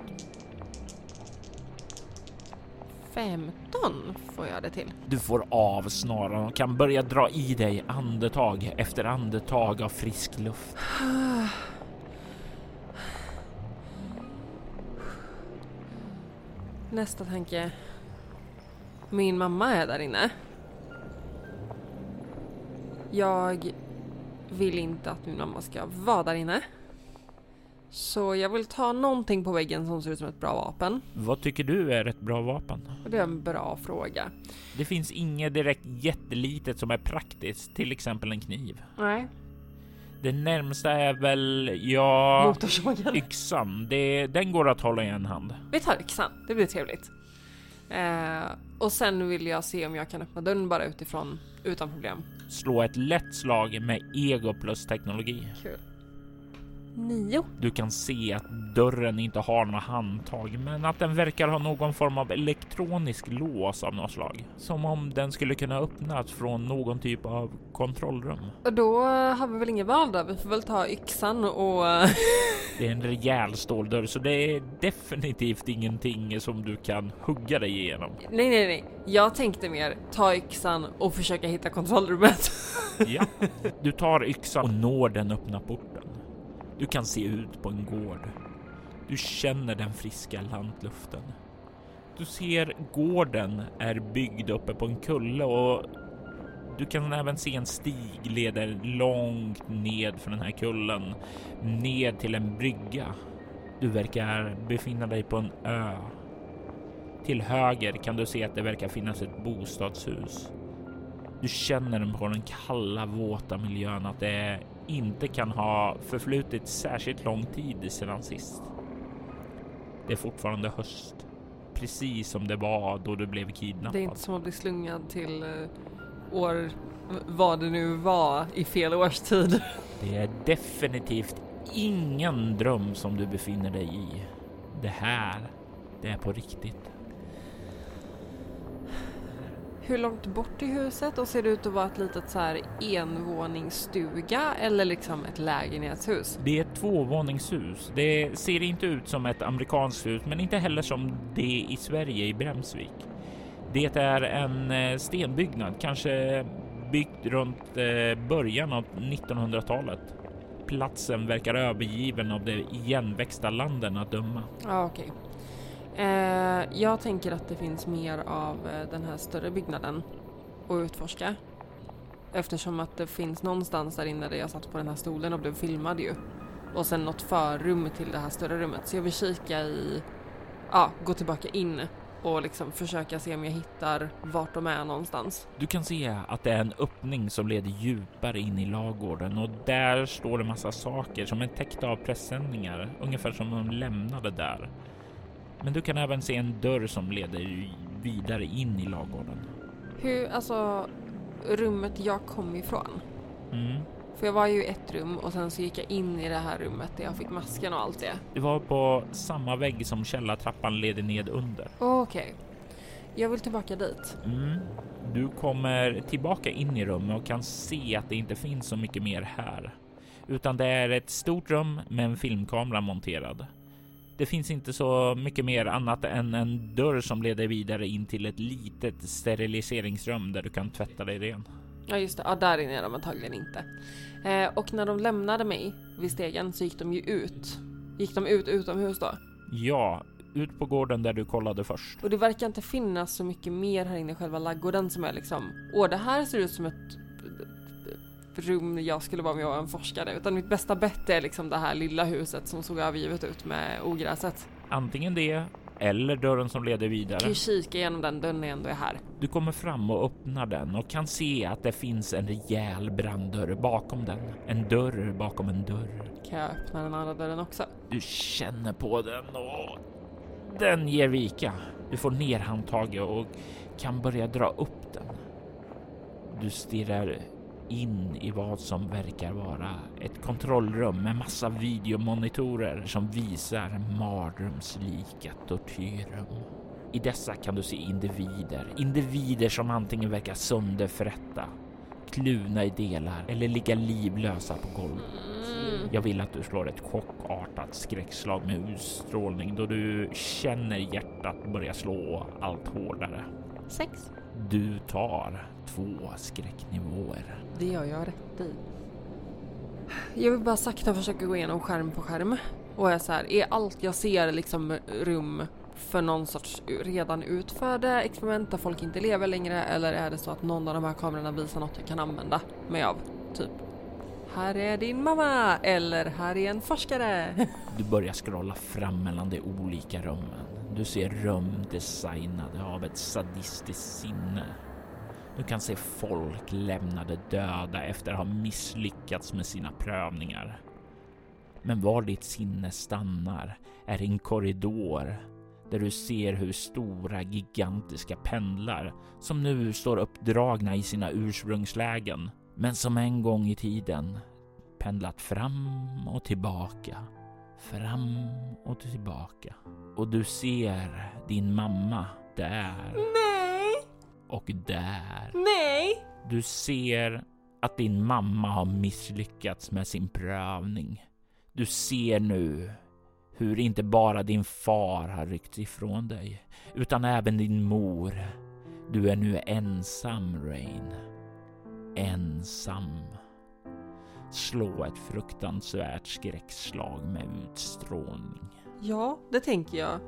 15 får jag det till. Du får av snaran och kan börja dra i dig andetag efter andetag av frisk luft. Nästa tanke. Min mamma är där inne. Jag vill inte att min mamma ska vara där inne. Så jag vill ta någonting på väggen som ser ut som ett bra vapen. Vad tycker du är ett bra vapen? Det är en bra fråga. Det finns inget direkt jättelitet som är praktiskt, till exempel en kniv. Nej. Det närmsta är väl, motorsågen. Yxan. Den går att hålla i en hand. Vi tar yxan, det blir trevligt. Och sen vill jag se om jag kan öppna dörren bara utan problem. Slå ett lätt slag med ego plus teknologi. Kul. 9. Du kan se att dörren inte har några handtag, men att den verkar ha någon form av elektronisk lås av något slag. Som om den skulle kunna öppnas från någon typ av kontrollrum. Och då har vi väl ingen val då? Vi får väl ta yxan och... Det är en rejäl ståldörr, så det är definitivt ingenting som du kan hugga dig igenom. Nej. Jag tänkte mer ta yxan och försöka hitta kontrollrummet. Ja, du tar yxan och når den öppna porten. Du kan se ut på en gård. Du känner den friska lantluften. Du ser gården är byggd uppe på en kulle och du kan även se en stig leder långt ned från den här kullen ned till en brygga. Du verkar befinna dig på en ö. Till höger kan du se att det verkar finnas ett bostadshus. Du känner på den kalla, våta miljön att det inte kan ha förflutit särskilt lång tid sedan sist. Det är fortfarande höst. Precis som det var då du blev kidnappad. Det är inte som att bli slungad till år, vad det nu var, i fel årstid. Det är definitivt ingen dröm som du befinner dig i. Det är på riktigt. Hur långt bort i huset? Och ser det ut att vara ett litet så här envåningsstuga eller liksom ett lägenhetshus? Det är ett tvåvåningshus. Det ser inte ut som ett amerikanskt hus, men inte heller som det i Sverige i Bremsvik. Det är en stenbyggnad, kanske byggt runt början av 1900-talet. Platsen verkar övergiven av de igenväxta landen att döma. Ja, okej. Jag tänker att det finns mer av den här större byggnaden att utforska. Eftersom att det finns någonstans där inne där jag satt på den här stolen och blev filmad ju. Och sen något förrum till det här större rummet. Så jag vill kika gå tillbaka in och liksom försöka se om jag hittar vart de är någonstans. Du kan se att det är en öppning som leder djupare in i lagården och där står det massa saker som är täckta av pressändningar, ungefär som de lämnade där. Men du kan även se en dörr som leder vidare in i lagården. Rummet jag kom ifrån. För jag var ju i ett rum och sen så gick jag in i det här rummet där jag fick masken och allt det. Det var på samma vägg som källartrappan leder ned under. Okej. Jag vill tillbaka dit. Du kommer tillbaka in i rummet och kan se att det inte finns så mycket mer här. Utan det är ett stort rum med en filmkamera monterad. Det finns inte så mycket mer annat än en dörr som leder vidare in till ett litet steriliseringsrum där du kan tvätta dig ren. Ja just det, där inne är de antagligen inte. Och när de lämnade mig vid stegen så gick de ju ut. Gick de ut utomhus då? Ja, ut på gården där du kollade först. Och det verkar inte finnas så mycket mer här inne i själva laggården som är liksom... det här ser ut som ett rum jag skulle vara med och en forskare. Utan mitt bästa bett är liksom det här lilla huset som såg övergivet ut med ogräset. Antingen det eller dörren som leder vidare. Kan ju kika igenom den dörren när jag ändå är här. Du kommer fram och öppnar den och kan se att det finns en rejäl branddörr bakom den. En dörr bakom en dörr. Kan jag öppna den andra dörren också? Du känner på den och den ger vika. Du får ner handtaget och kan börja dra upp den. Du stirrar in i vad som verkar vara ett kontrollrum med massa videomonitorer som visar mardrömslika tortyrrum. I dessa kan du se individer som antingen verkar sönderförrätta, kluvna i delar eller ligga livlösa på golvet. Jag vill att du slår ett chockartat skräckslag med utstrålning då du känner hjärtat börja slå allt hårdare. 6. Du tar 2 skräcknivåer. Det gör jag rätt i. Jag vill bara sakta försöka gå igenom skärm på skärm. Och är så här, är allt jag ser liksom rum för någon sorts redan utförda experiment där folk inte lever längre? Eller är det så att någon av de här kamerorna visar något jag kan använda mig av? Typ, här är din mamma, eller här är en forskare. Du börjar scrolla fram mellan de olika rummen. Du ser rum designade av ett sadistiskt sinne. Du kan se folk lämnade döda efter att ha misslyckats med sina prövningar. Men var ditt sinne stannar är en korridor där du ser hur stora gigantiska pendlar som nu står uppdragna i sina ursprungslägen, men som en gång i tiden pendlat fram och tillbaka. Och du ser din mamma där. Nej! Och där. Nej! Du ser att din mamma har misslyckats med sin prövning. Du ser nu hur inte bara din far har ryckt ifrån dig, utan även din mor. Du är nu ensam, Rain. Ensam. Slå ett fruktansvärt skräckslag med utstrålning. Ja, det tänker jag.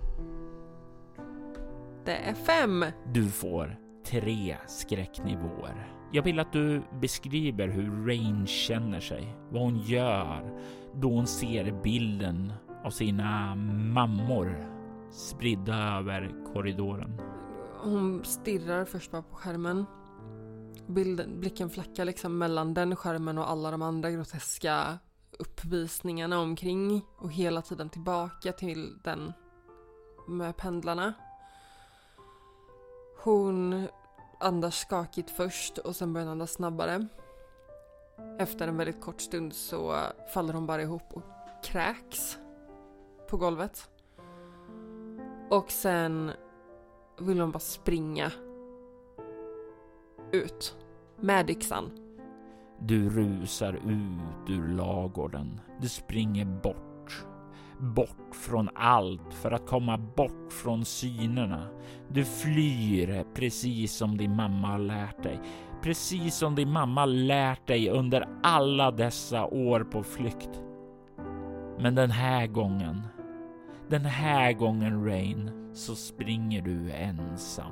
Det är 5. Du får 3 skräcknivåer. Jag vill att du beskriver hur Rain känner sig, vad hon gör då hon ser bilden av sina mammor spridda över korridoren. Hon stirrar först bara på skärmen. Blicken flackar liksom mellan den skärmen och alla de andra groteska uppvisningarna omkring och hela tiden tillbaka till den med pendlarna. Hon andas skakigt först och sen börjar hon andas snabbare. Efter en väldigt kort stund så faller hon bara ihop och kräks på golvet. Och sen vill hon bara springa ut med yxan. Du rusar ut ur lagården. Du springer bort från allt för att komma bort från synerna. Du flyr precis som din mamma har lärt dig. Precis som din mamma lärt dig under alla dessa år på flykt. Men den här gången Rain, så springer du ensam.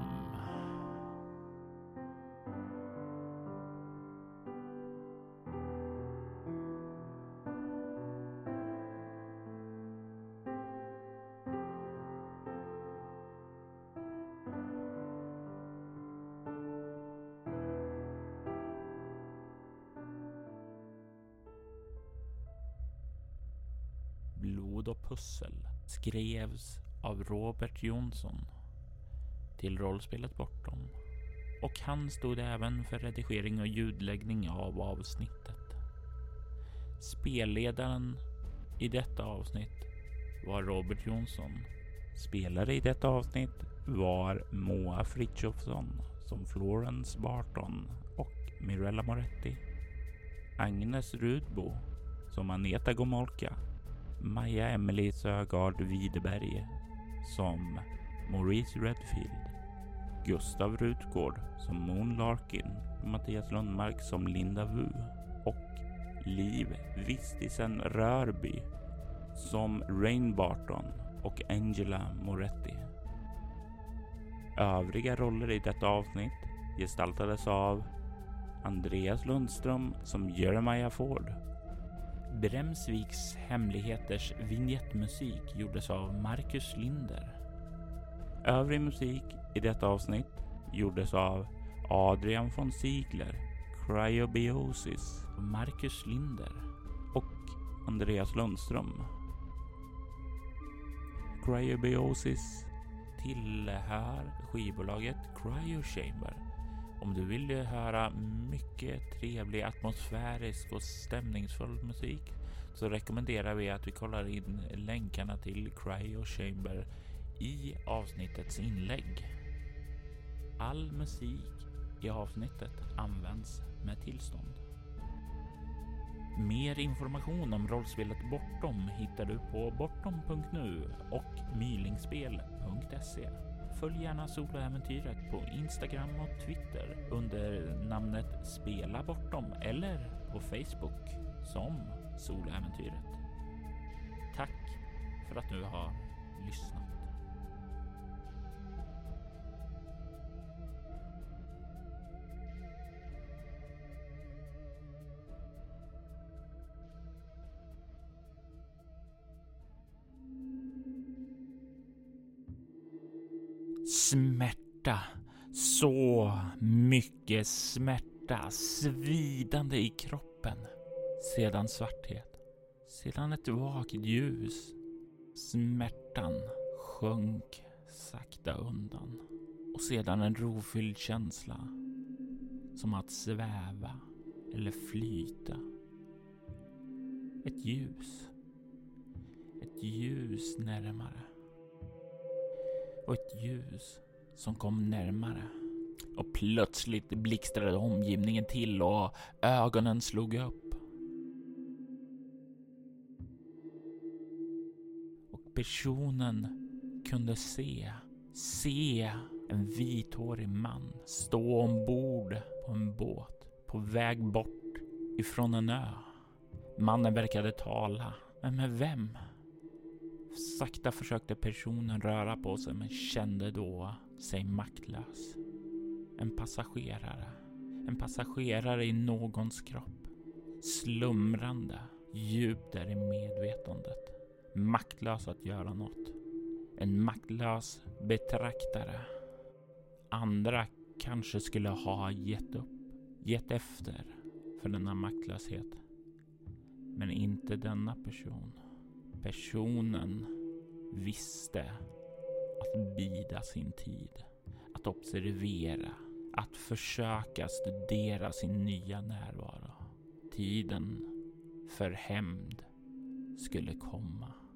Blod och pussel skrevs av Robert Jonsson till rollspelet Bortom, och han stod även för redigering och ljudläggning av avsnittet. Spelledaren i detta avsnitt var Robert Jonsson. Spelare i detta avsnitt var Moa Frithiofsson som Florence Barton och Mirella Moretti, Agnes Rudbo som Aneta Gomolka, Maja Emily Sögaard Widerberg som Maurice Redfield, Gustav Rutgård som Moon Larkin, Mattias Lundmark som Linda Wu och Liv Vistisen Rörby som Rain Barton och Angela Moretti. Övriga roller i detta avsnitt gestaltades av Andreas Lundström som Jeremiah Ford. Bremsviks hemligheters vignettmusik gjordes av Marcus Linder. Övrig musik i detta avsnitt gjordes av Adrian von Ziegler, Cryobiosis, Marcus Linder och Andreas Lundström. Cryobiosis tillhör skivbolaget Cryo Chamber. Om du vill höra mycket trevlig, atmosfärisk och stämningsfull musik så rekommenderar vi att vi kollar in länkarna till Cryo Chamber i avsnittets inlägg. All musik i avsnittet används med tillstånd. Mer information om rollspelet Bortom hittar du på bortom.nu och mylingspel.se. Följ gärna Soloäventyret på Instagram och Twitter under namnet Spela Bortom eller på Facebook som Soloäventyret. Tack för att du har lyssnat. Så mycket smärta, svidande i kroppen. Sedan svarthet. Sedan ett vagt ljus. Smärtan sjönk sakta undan. Och sedan en rofylld känsla. Som att sväva eller flyta. Ett ljus. Ett ljus närmare. Och ett ljus som kom närmare. Och plötsligt blixtrade omgivningen till och ögonen slog upp. Och personen kunde se en vithårig man stå ombord på en båt på väg bort ifrån en ö. Mannen verkade tala, men med vem? Sakta försökte personen röra på sig men kände då sig maktlös. En passagerare i någons kropp. Slumrande, djupt där i medvetandet. Maktlös att göra något. En maktlös betraktare. Andra kanske skulle ha gett efter för denna maktlöshet. Men inte denna person. Personen visste att bida sin tid. Att observera. Att försöka studera sin nya närvaro. Tiden för hämnd skulle komma.